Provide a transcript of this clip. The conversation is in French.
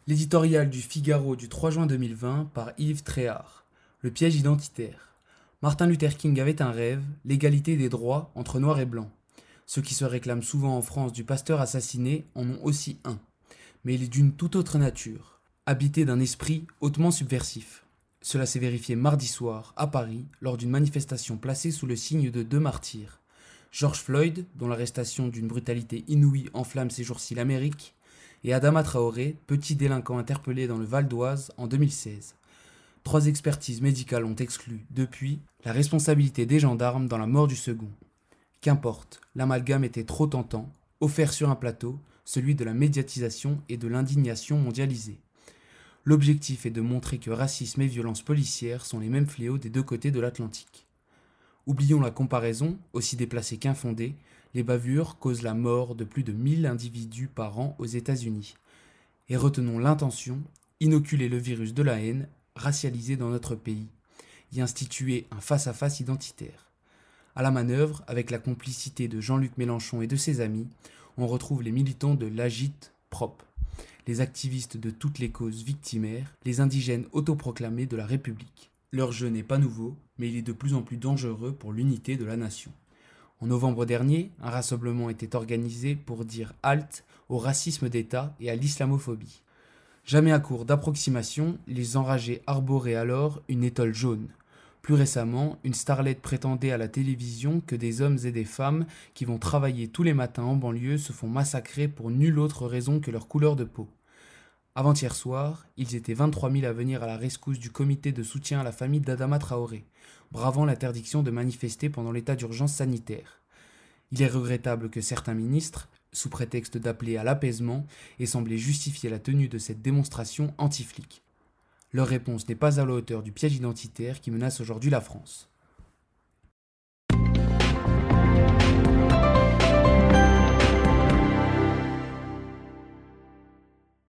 L'éditorial du Figaro du 3 juin 2020 par Yves Tréhard. Le piège identitaire. Martin Luther King avait un rêve, l'égalité des droits entre noirs et blancs. Ceux qui se réclament souvent en France du pasteur assassiné en ont aussi un. Mais il est d'une toute autre nature, habité d'un esprit hautement subversif. Cela s'est vérifié mardi soir, à Paris, lors d'une manifestation placée sous le signe de deux martyrs. George Floyd, dont l'arrestation d'une brutalité inouïe enflamme ces jours-ci l'Amérique, et Adama Traoré, petit délinquant interpellé dans le Val d'Oise en 2016. 3 expertises médicales ont exclu, depuis, la responsabilité des gendarmes dans la mort du second. Qu'importe, l'amalgame était trop tentant, offert sur un plateau, celui de la médiatisation et de l'indignation mondialisée. L'objectif est de montrer que racisme et violence policière sont les mêmes fléaux des deux côtés de l'Atlantique. Oublions la comparaison, aussi déplacée qu'infondée, les bavures causent la mort de plus de 1000 individus par an aux États-Unis. Et retenons l'intention, inoculer le virus de la haine, racialisé dans notre pays, y instituer un face-à-face identitaire. À la manœuvre, avec la complicité de Jean-Luc Mélenchon et de ses amis, on retrouve les militants de l'Agite Prop, les activistes de toutes les causes victimaires, les indigènes autoproclamés de la République. Leur jeu n'est pas nouveau, mais il est de plus en plus dangereux pour l'unité de la nation. En novembre dernier, un rassemblement était organisé pour dire halte au racisme d'État et à l'islamophobie. Jamais à court d'approximation, les enragés arboraient alors une étole jaune. Plus récemment, une starlette prétendait à la télévision que des hommes et des femmes qui vont travailler tous les matins en banlieue se font massacrer pour nulle autre raison que leur couleur de peau. Avant-hier soir, ils étaient 23 000 à venir à la rescousse du comité de soutien à la famille d'Adama Traoré, bravant l'interdiction de manifester pendant l'état d'urgence sanitaire. Il est regrettable que certains ministres, sous prétexte d'appeler à l'apaisement, aient semblé justifier la tenue de cette démonstration anti-flic. Leur réponse n'est pas à la hauteur du piège identitaire qui menace aujourd'hui la France.